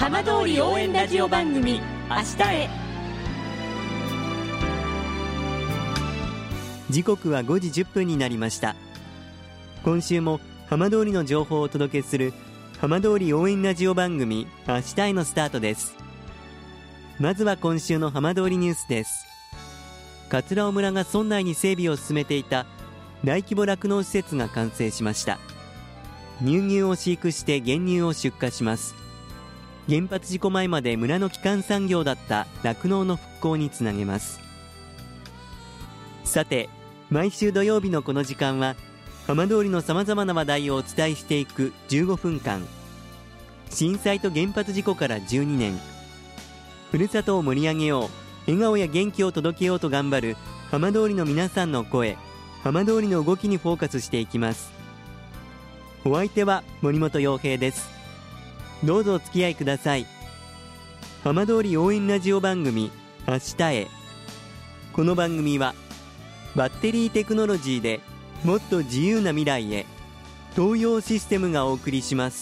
浜通り応援ラジオ番組明日へ。 時刻は5時10分になりました。今週も浜通りの情報をお届けする浜通り応援ラジオ番組明日へのスタートです。まずは今週の浜通りニュースです。桂尾村が村内に整備を進めていた大規模酪農施設が完成しました。乳牛を飼育して原乳を出荷します。原発事故前まで村の基幹産業だった酪農の復興につなげます。さて、毎週土曜日のこの時間は浜通りのさまざまな話題をお伝えしていく15分間。震災と原発事故から12年、ふるさとを盛り上げよう、笑顔や元気を届けようと頑張る浜通りの皆さんの声、浜通りの動きにフォーカスしていきます。お相手は森本洋平です。どうぞお付き合いください。浜通り応援ラジオ番組明日へ。この番組はバッテリーテクノロジーでもっと自由な未来へ、東洋システムがお送りします。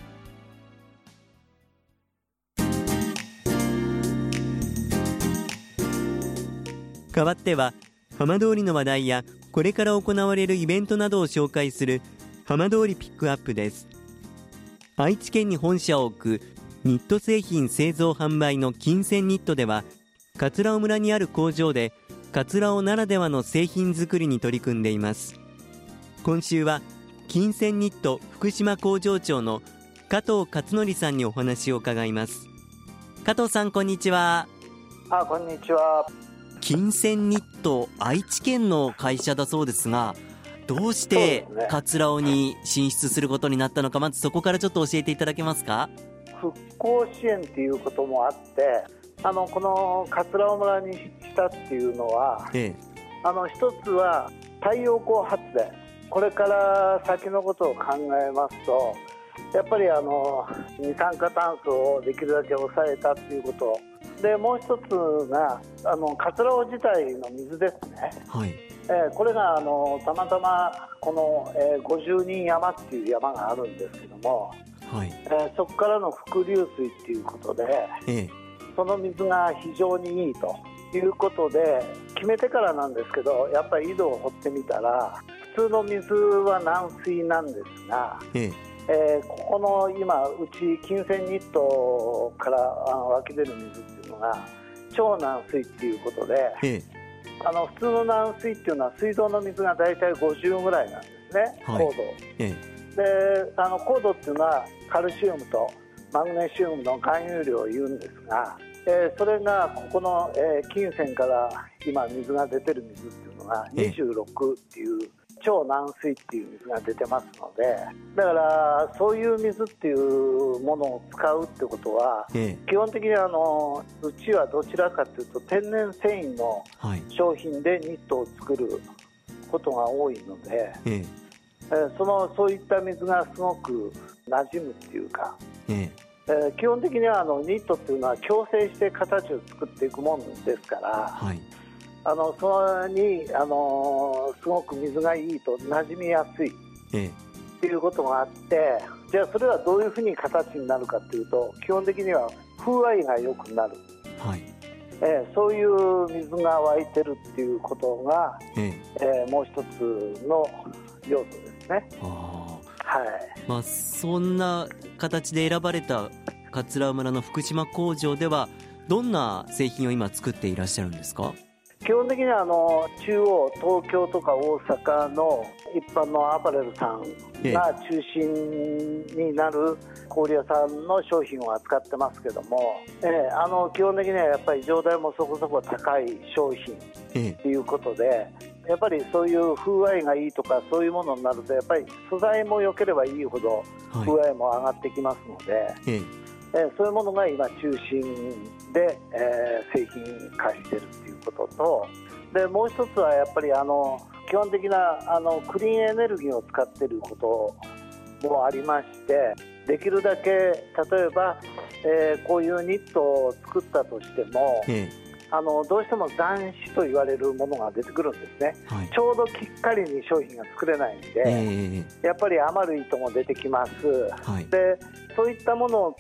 代わっては浜通りの話題やこれから行われるイベントなどを紹介する浜通りピックアップです。愛知県に本社を置くニット製品製造販売の金銭ニットでは、桂尾村にある工場で桂尾ならではの製品作りに取り組んでいます。今週は金銭ニット福島工場長の加藤勝則さんにお話を伺います。加藤さん、こんにちは。 こんにちは。 金銭ニット、愛知県の会社だそうですが、どうして桂尾に進出することになったのか、まずそこからちょっと教えていただけますか。 復興支援っていうこともあって、この桂尾村にしたっていうのは、一つは太陽光発電、これから先のことを考えますと、やっぱり二酸化炭素をできるだけ抑えたっていうことで、もう一つが桂尾自体の水ですね。これがたまたまこの、50人山っていう山があるんですけども、そこからの伏流水っていうことで、その水が非常にいいということで決めてからなんですけど、やっぱり井戸を掘ってみたら普通の水は軟水なんですが、ここの今うち金銭ニットから湧き出る水っていうのが超軟水っていうことで、普通の軟水っていうのは水道の水がだいたい50ぐらいなんですね、硬度で、硬度っていうのはカルシウムとマグネシウムの含有量を言うんですが、それがここの、金銭から今水が出てる水っていうのが26っていう超軟水っていう水が出てますので、だからそういう水っていうものを使うってことは、基本的にうちはどちらかというと天然繊維の商品でニットを作ることが多いので、そういった水がすごく馴染むっていうか、基本的にはニットっていうのは矯正して形を作っていくもんですから、それにすごく水がいいと馴染みやすいっていうことがあって、じゃあそれはどういうふうに形になるかっていうと、基本的には風合いが良くなる、そういう水が湧いてるっていうことが、もう一つの要素ですね。 そんな形で選ばれた桂尾村の福島工場ではどんな製品を今作っていらっしゃるんですか。 基本的には中央、東京とか大阪の一般のアパレルさんが中心になる小売屋さんの商品を扱ってますけども、基本的にはやっぱり上代もそこそこ高い商品ということで、やっぱりそういう風合いがいいとかそういうものになると、やっぱり素材も良ければいいほど風合いも上がってきますので、そういうものが今中心で、製品化しているということと、でもう一つはやっぱり基本的なクリーンエネルギーを使っていることもありまして、できるだけ例えば、こういうニットを作ったとしても、どうしても残糸と言われるものが出てくるんですね、ちょうどきっかりに商品が作れないんで、やっぱり余る糸も出てきます、でそういったもの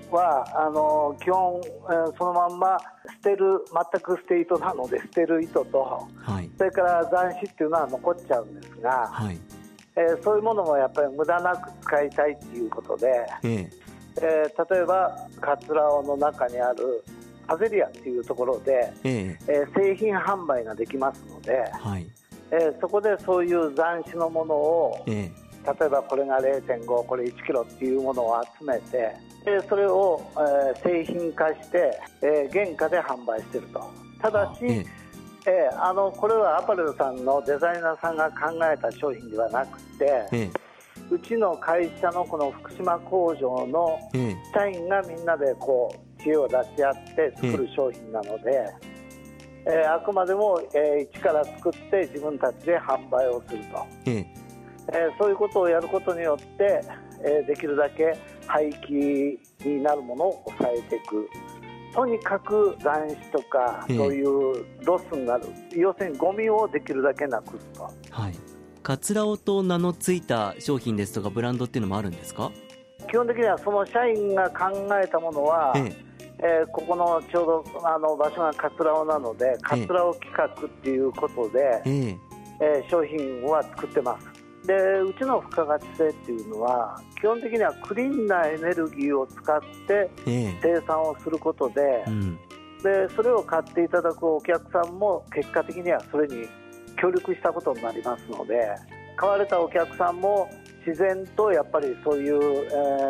は基本、そのまんま全く捨て糸なので捨てる糸と、はい、それから残糸っていうのは残っちゃうんですが、はい、そういうものもやっぱり無駄なく使いたいっていうことで、例えば桂尾の中にあるアゼリアっていうところで、製品販売ができますので、はい、そこでそういう残糸のものを、例えばこれが 0.5 これ1キロっていうものを集めて、それを、製品化して、原価で販売していると。ただし、これはアパレルさんのデザイナーさんが考えた商品ではなくて、うちの会社のこの福島工場の社員がみんなでこう知恵を出し合って作る商品なので、あくまでも、一から作って自分たちで販売をすると、そういうことをやることによって、できるだけ廃棄になるものを抑えていく。とにかく残糸とかそういうロスになる、要するにゴミをできるだけなくすと。はい、 桂尾と名のついた商品ですとかブランドっていうのもあるんですか？ 基本的にはその社員が考えたものは、ここのちょうど場所が桂尾なので桂尾企画っていうことで、商品は作ってます。でうちの付加価値性っていうのは基本的にはクリーンなエネルギーを使って生産をすることで、でそれを買っていただくお客さんも結果的にはそれに協力したことになりますので、買われたお客さんも自然とやっぱりそういう、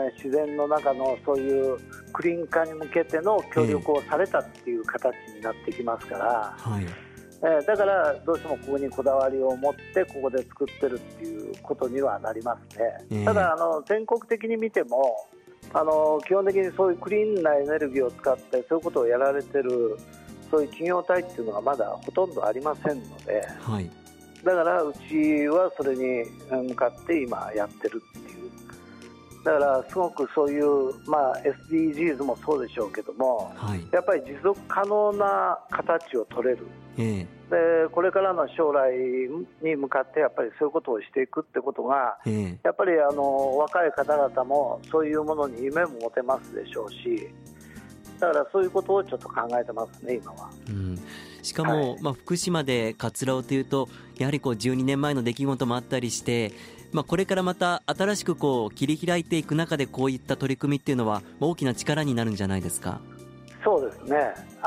自然の中のそういうクリーン化に向けての協力をされたっていう形になってきますから、だからどうしてもここにこだわりを持ってここで作ってるっていうことにはなりますね。ただ全国的に見ても基本的にそういうクリーンなエネルギーを使ってそういうことをやられてるそういう企業体っていうのがまだほとんどありませんので、だからうちはそれに向かって今やってるっていう。だからすごくそういう、SDGs もそうでしょうけども、やっぱり持続可能な形を取れる、でこれからの将来に向かってやっぱりそういうことをしていくってことが、やっぱり若い方々もそういうものに夢も持てますでしょうし、だからそういうことをちょっと考えてますね今は。 しかも、福島で桂尾というとやはり12年前の出来事もあったりして、これからまた新しく切り開いていく中でこういった取り組みっていうのは大きな力になるんじゃないですか？ そうですね、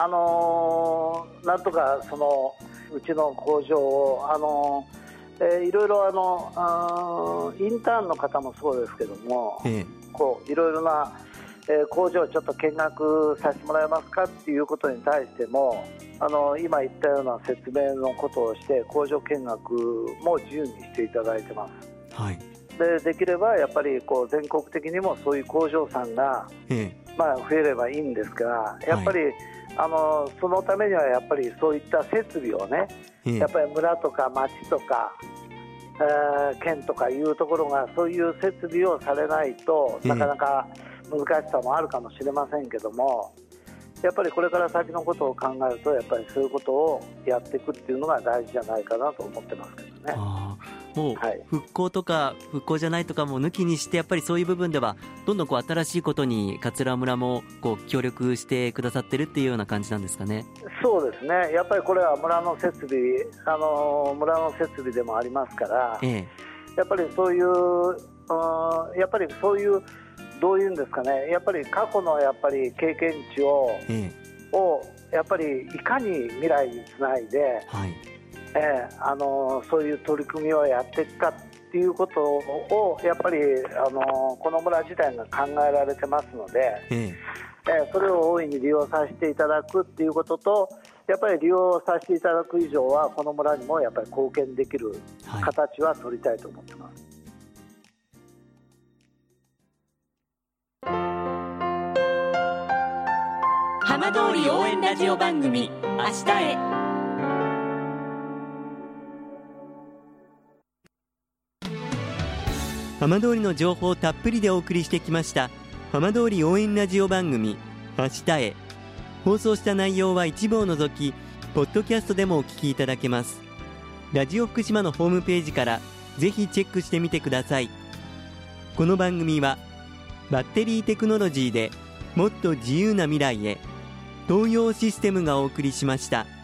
なんとかうちの工場をいろいろインターンの方もそうですけども、いろいろな工場をちょっと見学させてもらえますかっていうことに対しても今言ったような説明のことをして工場見学も自由にしていただいてます。できればやっぱり全国的にもそういう工場さんが、増えればいいんですが、やっぱり、そのためにはやっぱりそういった設備をね、やっぱり村とか町とか、県とかいうところがそういう設備をされないと、なかなか難しさもあるかもしれませんけども、やっぱりこれから先のことを考えるとやっぱりそういうことをやっていくっていうのが大事じゃないかなと思ってますけどね。 もう復興とか復興じゃないとかも抜きにしてやっぱりそういう部分ではどんどん新しいことに桂村も協力してくださってるっていうような感じなんですかね。 そうですね、やっぱりこれは村の設備村の設備でもありますから、やっぱりそういうどういうんですかね、やっぱり過去のやっぱり経験値をやっぱりいかに未来につないで、そういう取り組みをやっていくかっていうことをやっぱりこの村自体が考えられてますので、それを大いに利用させていただくっていうことと、やっぱり利用させていただく以上はこの村にもやっぱり貢献できる形は取りたいと思ってます。 浜通り応援ラジオ番組明日へ。 浜通りの情報をたっぷりでお送りしてきました浜通り応援ラジオ番組明日へ。放送した内容は一部を除きポッドキャストでもお聞きいただけます。ラジオ福島のホームページからぜひチェックしてみてください。この番組はバッテリーテクノロジーでもっと自由な未来へ。東洋システムがお送りしました。